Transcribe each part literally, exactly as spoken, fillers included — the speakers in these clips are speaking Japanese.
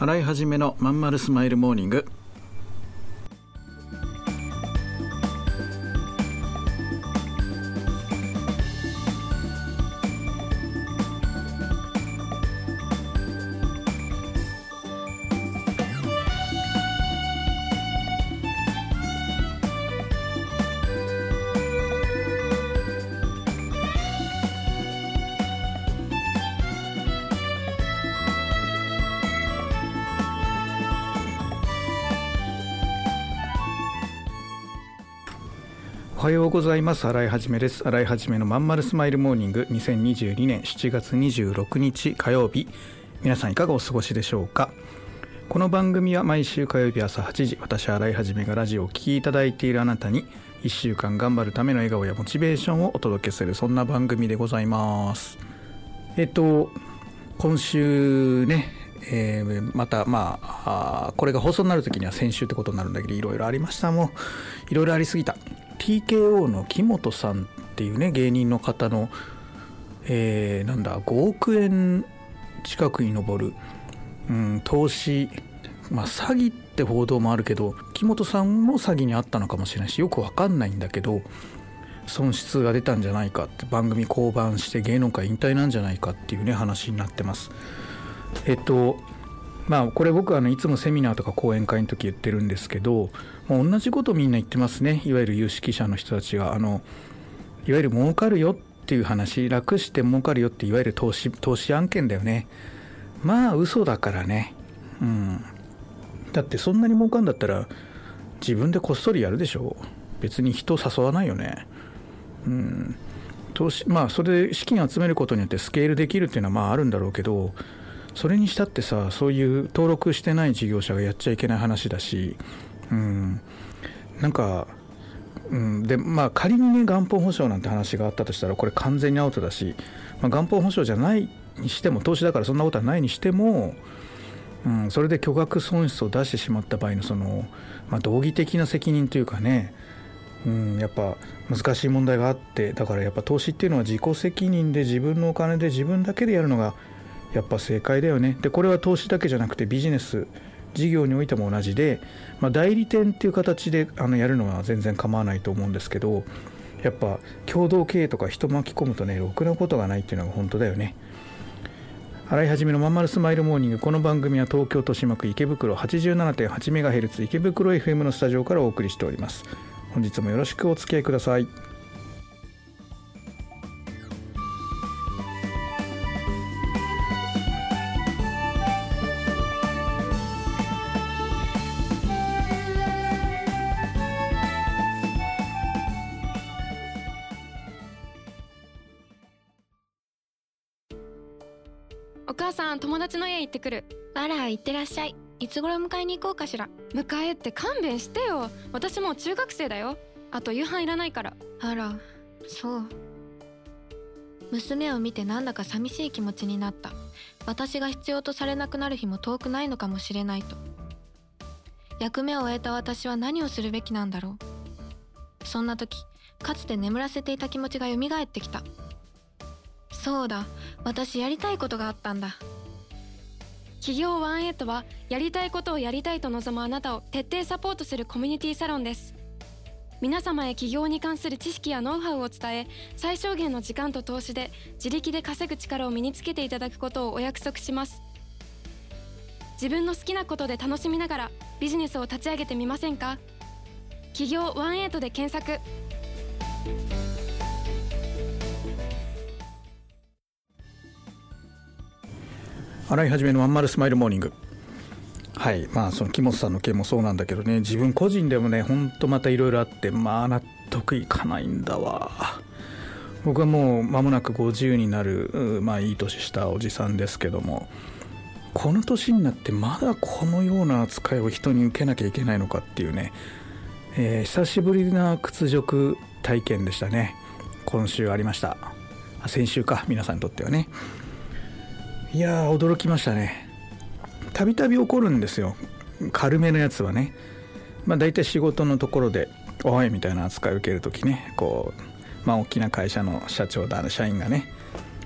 洗い始めのまんまるスマイルモーニング。おはようございます。洗いはじめです。洗いはじめのまんまるスマイルモーニング、にせんにじゅうにねんしちがつにじゅうろくにち火曜日、皆さんいかがお過ごしでしょうか。この番組は毎週火曜日朝はちじ、私洗いはじめがラジオを聴きいただいているあなたにいっしゅうかん頑張るための笑顔やモチベーションをお届けする、そんな番組でございます。えっと今週ね、えー、またまあ、あこれが放送になる時には先週ってことになるんだけど、いろいろありました。もういろいろありすぎた。 ティーケーオー の木本さんっていうね、芸人の方の、えー、なんだごおくえん近くに上る、うん、投資、まあ、詐欺って報道もあるけど、木本さんも詐欺にあったのかもしれないし、よくわかんないんだけど、損失が出たんじゃないかって、番組降板して芸能界引退なんじゃないかっていうね話になってます。えっとまあこれ僕はあのいつもセミナーとか講演会の時言ってるんですけど、もう同じことみんな言ってますね。いわゆる有識者の人たちが、あのいわゆる儲かるよっていう話、楽して儲かるよっていわゆる投資投資案件だよね。まあ嘘だからね。うん。だってそんなに儲かんだったら自分でこっそりやるでしょ。別に人誘わないよね。うん。投資、まあそれで資金を集めることによってスケールできるっていうのはまああるんだろうけど、それにしたってさ、そういう登録してない事業者がやっちゃいけない話だし、うん、なんか、うん、でまあ仮にね元本保証なんて話があったとしたら、これ完全にアウトだし、まあ、元本保証じゃないにしても、投資だからそんなことはないにしても、うん、それで巨額損失を出してしまった場合のその、まあ、道義的な責任というかね、うん、やっぱ難しい問題があって、だからやっぱ投資っていうのは自己責任で自分のお金で自分だけでやるのがやっぱ正解だよね。でこれは投資だけじゃなくてビジネス事業においても同じで、まあ、代理店っていう形であのやるのは全然構わないと思うんですけど、やっぱ共同経営とか人巻き込むとね、ろくなことがないっていうのが本当だよね。洗いはじめのまんまるスマイルモーニング。この番組は東京豊島区池袋 はちじゅうななてんはちメガヘルツ 池袋 エフエム のスタジオからお送りしております。本日もよろしくお付き合いください。 お母さん、友達の家行ってくる。 あら、行ってらっしゃい。いつ頃迎えに行こうかしら。 迎えって勘弁してよ。私もう中学生だよ。あと夕飯いらないから。 あら、そう。娘を見てなんだか寂しい気持ちになった。私が必要とされなくなる日も遠くないのかもしれないと。役目を終えた私は何をするべきなんだろう。そんな時、かつて眠らせていた気持ちが蘇ってきた。そうだ、私やりたいことがあったんだ。 企業ワンエイトはやりたいことをやりたいと望むあなたを徹底サポートするコミュニティサロンです。皆様へ起業に関する知識やノウハウを伝え、最小限の時間と投資で自力で稼ぐ力を身につけていただくことをお約束します。自分の好きなことで楽しみながらビジネスを立ち上げてみませんか。起業ワンエイトで検索。 洗い始めのまんまるスマイルモーニング。はい、まあその木本さんの件もそうなんだけどね、自分個人でもね、ほんとまたいろいろあって、まあ納得いかないんだわ。僕はもう間もなくごじゅうになる、まあいい年したおじさんですけども、この年になってまだこのような扱いを人に受けなきゃいけないのかっていうね、えー、久しぶりな屈辱体験でしたね。今週ありました。あ、先週か、皆さんにとってはね。いやー驚きましたね。たびたび起こるんですよ、軽めのやつはね。まあ大体仕事のところでおいみたいな扱いを受けるときね、こうまあ大きな会社の社長だ社員がね、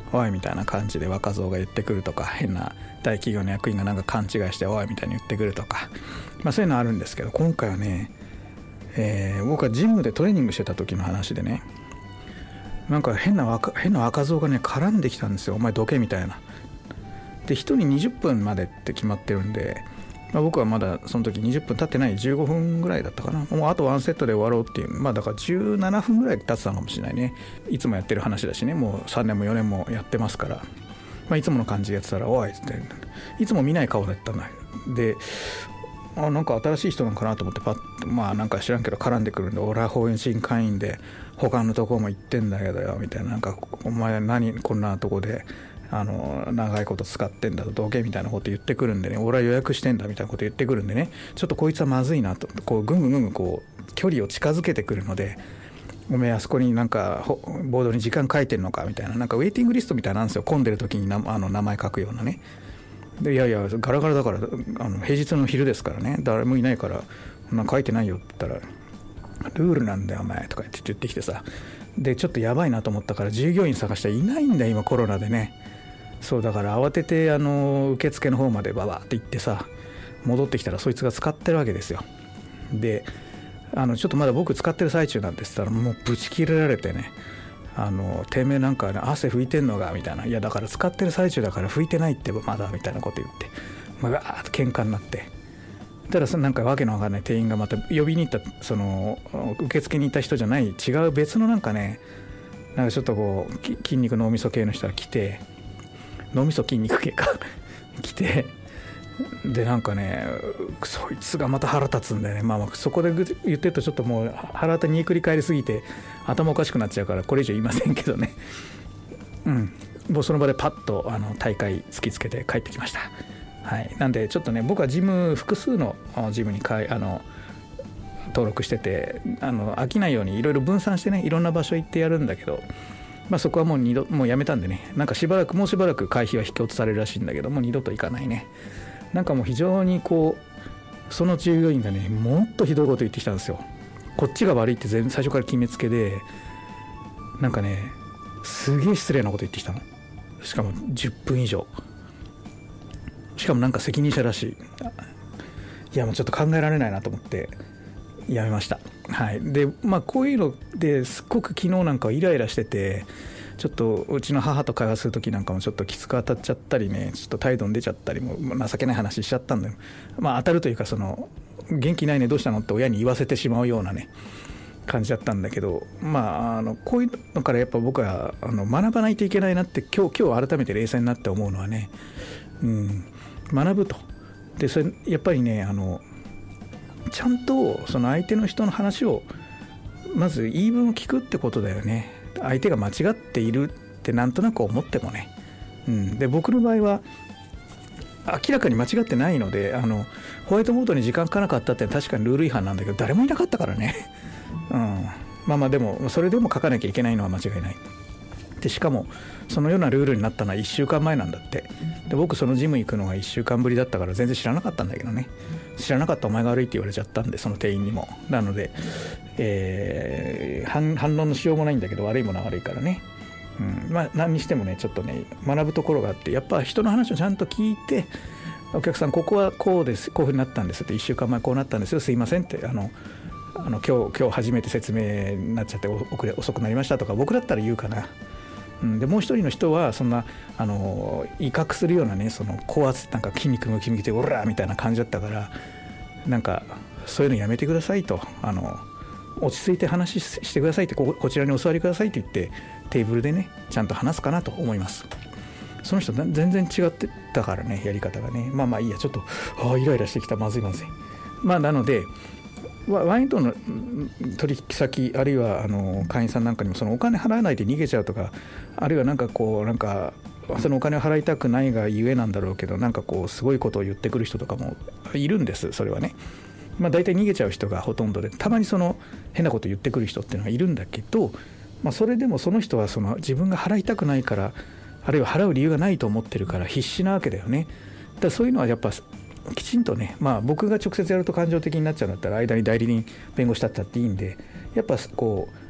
おいみたいな感じで若造が言ってくるとか、変な大企業の役員がなんか勘違いしておいみたいに言ってくるとか、まあ、そういうのあるんですけど、今回はね、えー、僕はジムでトレーニングしてた時の話でね、なんか変な若変な若造がね絡んできたんですよ。お前どけみたいな。で一人にじゅっぷんまでって決まってるんで、まあ、僕はまだその時にじゅっぷん経ってないじゅうごふんぐらいだったかな。もうあとワンセットで終わろうっていう、まあだからじゅうななふんぐらい経ってたのかもしれないね。いつもやってる話だしね、もうさんねんもよねんもやってますから、まあ、いつもの感じでやってたらおいっつって、いつも見ない顔だったんだ。であなんか新しい人なのかなと思ってパッと、まあなんか知らんけど絡んでくるんで、俺は法人会員で他のとこも行ってんだけどよみたいな、なんかお前何こんなとこであの長いこと使ってんだとどけみたいなこと言ってくるんでね、俺は予約してんだみたいなこと言ってくるんでね、ちょっとこいつはまずいなと、こうぐんぐんぐんぐんこう距離を近づけてくるので、おめえあそこになんかボードに時間書いてんのかみたいな、なんかウェイティングリストみたいなんですよ。混んでる時になあの名前書くようなね。でいやいやガラガラだから、あの平日の昼ですからね、誰もいないからそんな書いてないよって言ったら、ルールなんだよお前とか言ってきてさ、でちょっとやばいなと思ったから従業員探したらいないんだよ今コロナでね。そうだから慌ててあの受付の方までババーって行ってさ、戻ってきたらそいつが使ってるわけですよ。であのちょっとまだ僕使ってる最中なんですって言ったら、もうブチ切れられてね、あのてめえなんか、ね、汗拭いてんのがみたいな、いやだから使ってる最中だから拭いてないってまだみたいなこと言って、まあ、ガーッと喧嘩になって、ただなんかわけのわかんない店員がまた呼びに行った、その受付にいた人じゃない違う別のなんかね、なんかちょっとこう筋肉脳みそ系の人が来て、脳みそ筋肉系か来て、でなんかねそいつがまた腹立つんだよね。まあ、まあそこで言ってるとちょっともう腹立に繰り返りすぎて頭おかしくなっちゃうからこれ以上言いませんけどね。うんもうその場でパッとあの大会突きつけて帰ってきました。はい、なんでちょっとね僕はジム複数のジムにかいあの登録してて、あの飽きないようにいろいろ分散してね、いろんな場所行ってやるんだけど、まあ、そこはもう二度もうやめたんでね、なんかしばらくもうしばらく会費は引き落とされるらしいんだけども、二度と行かないね。なんかもう非常にこうその従業員がねもっとひどいこと言ってきたんですよ。こっちが悪いって全最初から決めつけで、なんかねすげえ失礼なこと言ってきたの。しかもじゅっぷん以上、しかもなんか責任者らしい。いやもうちょっと考えられないなと思ってやめました。はい、でまあこういうのですっごく昨日なんかイライラしてて、ちょっとうちの母と会話する時なんかもちょっときつく当たっちゃったりね、ちょっと態度に出ちゃったりも情けない話しちゃったんだよ。まあ当たるというか、その元気ないねどうしたのって親に言わせてしまうようなね感じだったんだけど、まああのこういうのからやっぱ僕はあの学ばないといけないなって今日今日改めて冷静になって思うのはね、うん、学ぶと。でそれやっぱりねあのちゃんとその相手の人の話をまず言い分を聞くってことだよね。相手が間違っているってなんとなく思ってもね、うん、で僕の場合は明らかに間違ってないので、あのホワイトボードに時間かかなかったって確かにルール違反なんだけど誰もいなかったからね、うん、まあまあでもそれでも書かなきゃいけないのは間違いない。でしかもそのようなルールになったのはいっしゅうかんまえなんだって。で僕そのジム行くのがいっしゅうかんぶりだったから全然知らなかったんだけどね、知らなかったお前が悪いって言われちゃったんで、その店員にも。なので、えー、反, 反論のしようもないんだけど、悪いものは悪いからね、うん、まあ何にしてもねちょっとね学ぶところがあって、やっぱ人の話をちゃんと聞いて、お客さんここはこうです、こういうふうになったんですって、いっしゅうかんまえこうなったんですよ、すいませんって、あのあの今日今日初めて説明になっちゃって遅れ遅くなりましたとか僕だったら言うかな。うん、でもう一人の人はそんなあの威嚇するようなね、その高圧なんか筋肉ムキムキでオラーみたいな感じだったから、なんかそういうのやめてくださいと、あの落ち着いて話してくださいって、こ, こちらにお座りくださいって言ってテーブルでねちゃんと話すかなと思います。その人全然違ってたからね、やり方がね。まあまあいいや、ちょっとああイライラしてきた、まずいまずい。まあなのでワインとの取引先あるいはあの会員さんなんかにもそのお金払わないで逃げちゃうとか、あるいはなんかこうなんかそのお金を払いたくないがゆえなんだろうけど、なんかこうすごいことを言ってくる人とかもいるんです。それはね、まあ大体逃げちゃう人がほとんどで、たまにその変なことを言ってくる人っていうのがいるんだけど、まあそれでもその人はその自分が払いたくないから、あるいは払う理由がないと思ってるから必死なわけだよね。だからそういうのはやっぱきちんとね、まあ僕が直接やると感情的になっちゃうんだったら間に代理人弁護士だったっていいんで、やっぱこう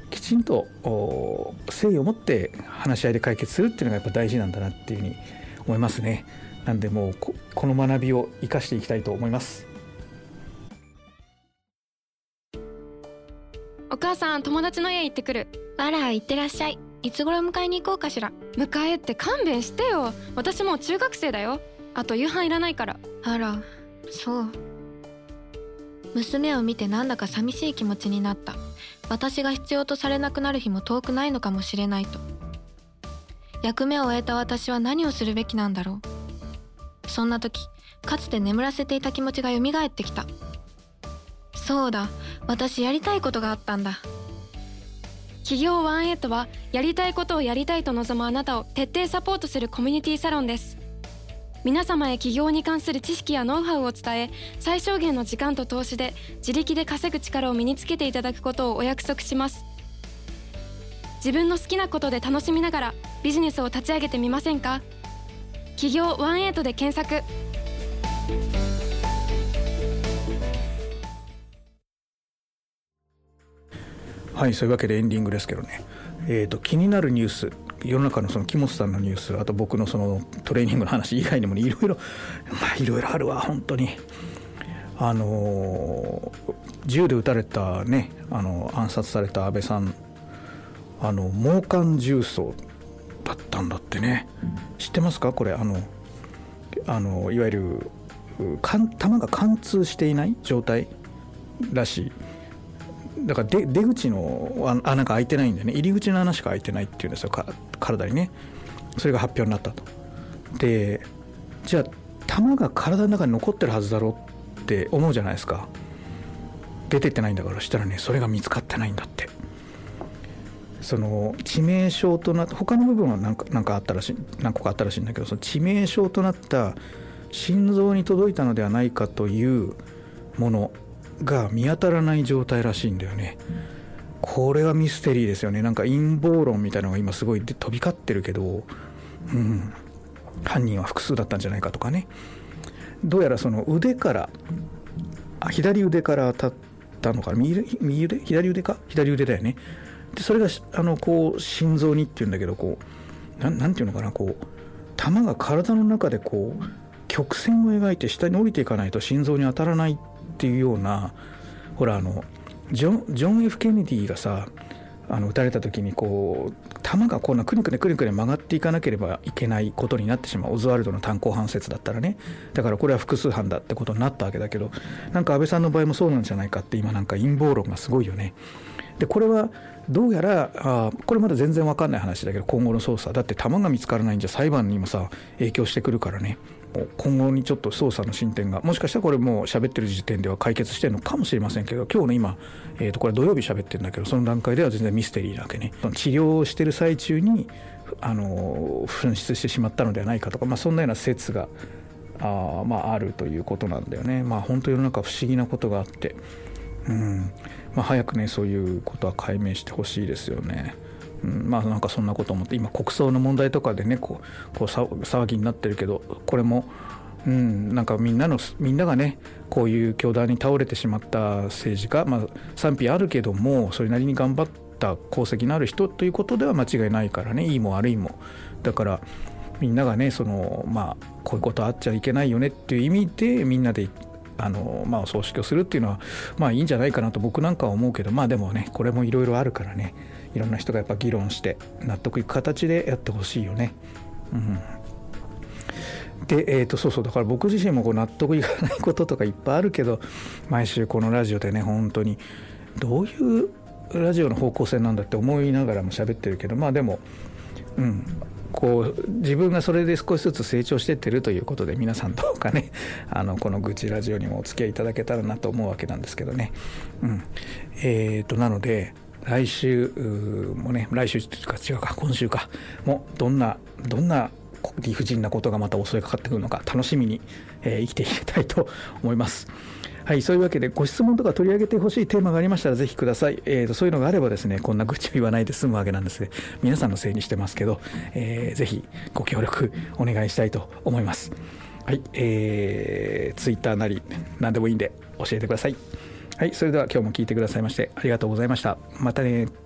きちんと誠意を持って話し合いで解決するっていうのがやっぱ大事なんだなっていうふうに思いますね。なんでもう こ, この学びを生かしていきたいと思います。 お母さん、友達の家行ってくる。 あら、行ってらっしゃい。いつ頃迎えに行こうかしら。 迎えって勘弁してよ。私もう中学生だよ。あと夕飯いらないから。 あら、そう。娘を見てなんだか寂しい気持ちになった。私が必要とされなくなる日も遠くないのかもしれないと。役目を終えた私は何をするべきなんだろう。そんな時、かつて眠らせていた気持ちが蘇ってきた。そうだ、私やりたいことがあったんだ。 企業ワンエイトはやりたいことをやりたいと望むあなたを徹底サポートするコミュニティサロンです。皆様へ起業に関する知識やノウハウを伝え、最小限の時間と投資で自力で稼ぐ力を身につけていただくことをお約束します。自分の好きなことで楽しみながらビジネスを立ち上げてみませんか。起業ワンエイトで検索。 はい、そういうわけでエンディングですけどね、えーと、気になるニュース、世の中のその木本さんのニュース、あと僕のそのトレーニングの話以外にもね、いろいろまあいろいろあるわ。本当にあのー、銃で撃たれたね、あの暗殺された安倍さん、あの毛管重曹だったんだってね。知ってますかこれ。あのあのいわゆる弾が貫通していない状態らしい。だから出口の穴が開いてないんでね、入り口の穴しか開いてないっていうんですよ、体にね。それが発表になったと。で、じゃあ弾が体の中に残ってるはずだろうって思うじゃないですか。出てってないんだから。したらね、それが見つかってないんだって。その致命傷となった他の部分は何か、何かあったらしい、何個かあったらしいんだけど、その致命傷となった心臓に届いたのではないかというものが見当たらない状態らしいんだよね。これはミステリーですよね。なんか陰謀論みたいなのが今すごい飛び交ってるけど、うん、犯人は複数だったんじゃないかとかね。どうやらその腕からあ左腕から当たったのかな、右腕、右腕左腕か左腕だよね。でそれがあのこう心臓にっていうんだけど、こう な, なんていうのかな、こう弾が体の中でこう曲線を描いて下に降りていかないと心臓に当たらないっていうような、ほらあのジョン、ジョン F ケネディがさ、あの撃たれた時にこう弾がこんなくねくねくねくね曲がっていかなければいけないことになってしまう。オズワルドの炭鉱犯説だったらね。だからこれは複数犯だってことになったわけだけど、なんか安倍さんの場合もそうなんじゃないかって今なんか陰謀論がすごいよね。でこれはどうやらあこれまだ全然わかんない話だけど、今後の捜査だって弾が見つからないんじゃ裁判にもさ影響してくるからね。今後にちょっと捜査の進展がもしかしたらこれもう喋ってる時点では解決してるのかもしれませんけど、今日の今、えー、とこれ土曜日喋ってるんだけど、その段階では全然ミステリーなわけね。治療をしてる最中にあの紛失してしまったのではないかとか、まあ、そんなような説が あ,、まあ、あるということなんだよね。まあ本当世の中不思議なことがあって、うんまあ、早くねそういうことは解明してほしいですよね。うん、まあなんかそんなこと思って、今国葬の問題とかでねこう、こう騒ぎになってるけど、これも、うん、なんかみんなのみんながねこういう凶弾に倒れてしまった政治家、まあ、賛否あるけどもそれなりに頑張った功績のある人ということでは間違いないからね。いいも悪いもだからみんながねその、まあ、こういうことあっちゃいけないよねっていう意味でみんなであの、まあ、お葬式をするっていうのはまあいいんじゃないかなと僕なんかは思うけど、まあでもねこれもいろいろあるからね、いろんな人がやっぱ議論して納得いく形でやってほしいよね。うん、で、えーと、そうそうだから僕自身もこう納得いかないこととかいっぱいあるけど、毎週このラジオでね本当にどういうラジオの方向性なんだって思いながらも喋ってるけど、まあでもうんこう自分がそれで少しずつ成長してってるということで、皆さんどうかねあのこの愚痴ラジオにもお付き合いいただけたらなと思うわけなんですけどね。うんえーとなので来週もね来週というか違うか今週かもどんなどんな理不尽なことがまた襲いかかってくるのか楽しみに、えー、生きていきたいと思います。はい、そういうわけでご質問とか取り上げてほしいテーマがありましたらぜひください。えーと、そういうのがあればですねこんな愚痴を言わないで済むわけなんですが、皆さんのせいにしてますけど、えー、ぜひご協力お願いしたいと思います。はい、えー、ツイッターなり何でもいいんで教えてください。はい、それでは今日も聞いてくださいましてありがとうございました。またね。